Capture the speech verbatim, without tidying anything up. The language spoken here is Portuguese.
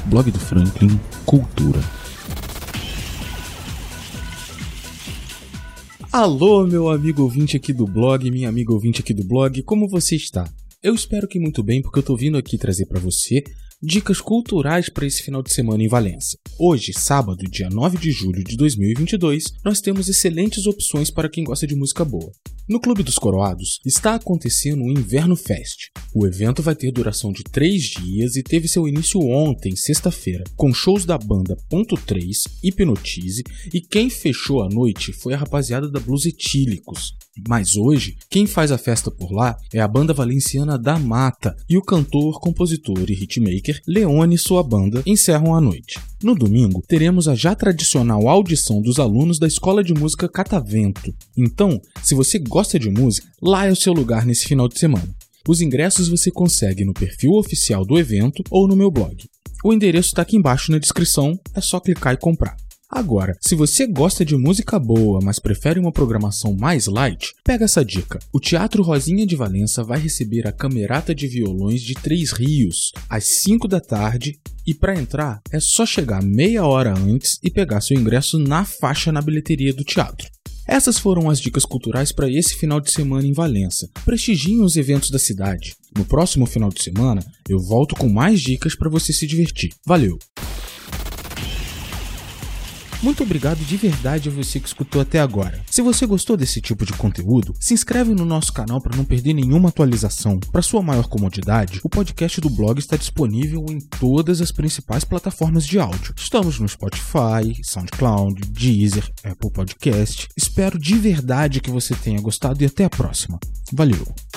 Blog do Franklin, Cultura. Alô, meu amigo ouvinte aqui do blog, minha amiga ouvinte aqui do blog, como você está? Eu espero que muito bem, porque eu tô vindo aqui trazer para você dicas culturais para esse final de semana em Valença. Hoje, sábado, dia nove de julho de dois mil e vinte e dois, nós temos excelentes opções para quem gosta de música boa. No Clube dos Coroados está acontecendo o Inverno Fest. O evento vai ter duração de três dias e teve seu início ontem, sexta-feira, com shows da banda Ponto três, Hipnotize, e quem fechou a noite foi a rapaziada da Blues Etílicos. Mas hoje, quem faz a festa por lá é a banda valenciana Da Mata e o cantor, compositor e hitmaker Leone e sua banda encerram a noite. No domingo, teremos a já tradicional audição dos alunos da Escola de Música Catavento. Então, se você gosta de música, lá é o seu lugar nesse final de semana. Os ingressos você consegue no perfil oficial do evento ou no meu blog. O endereço está aqui embaixo na descrição, é só clicar e comprar. Agora, se você gosta de música boa, mas prefere uma programação mais light, pega essa dica. O Teatro Rosinha de Valença vai receber a Camerata de Violões de Três Rios, às cinco da tarde, e para entrar é só chegar meia hora antes e pegar seu ingresso na faixa na bilheteria do teatro. Essas foram as dicas culturais para esse final de semana em Valença. Prestigiem os eventos da cidade. No próximo final de semana, eu volto com mais dicas para você se divertir. Valeu! Muito obrigado de verdade a você que escutou até agora. Se você gostou desse tipo de conteúdo, se inscreve no nosso canal para não perder nenhuma atualização. Para sua maior comodidade, o podcast do blog está disponível em todas as principais plataformas de áudio. Estamos no Spotify, SoundCloud, Deezer, Apple Podcast. Espero de verdade que você tenha gostado e até a próxima. Valeu!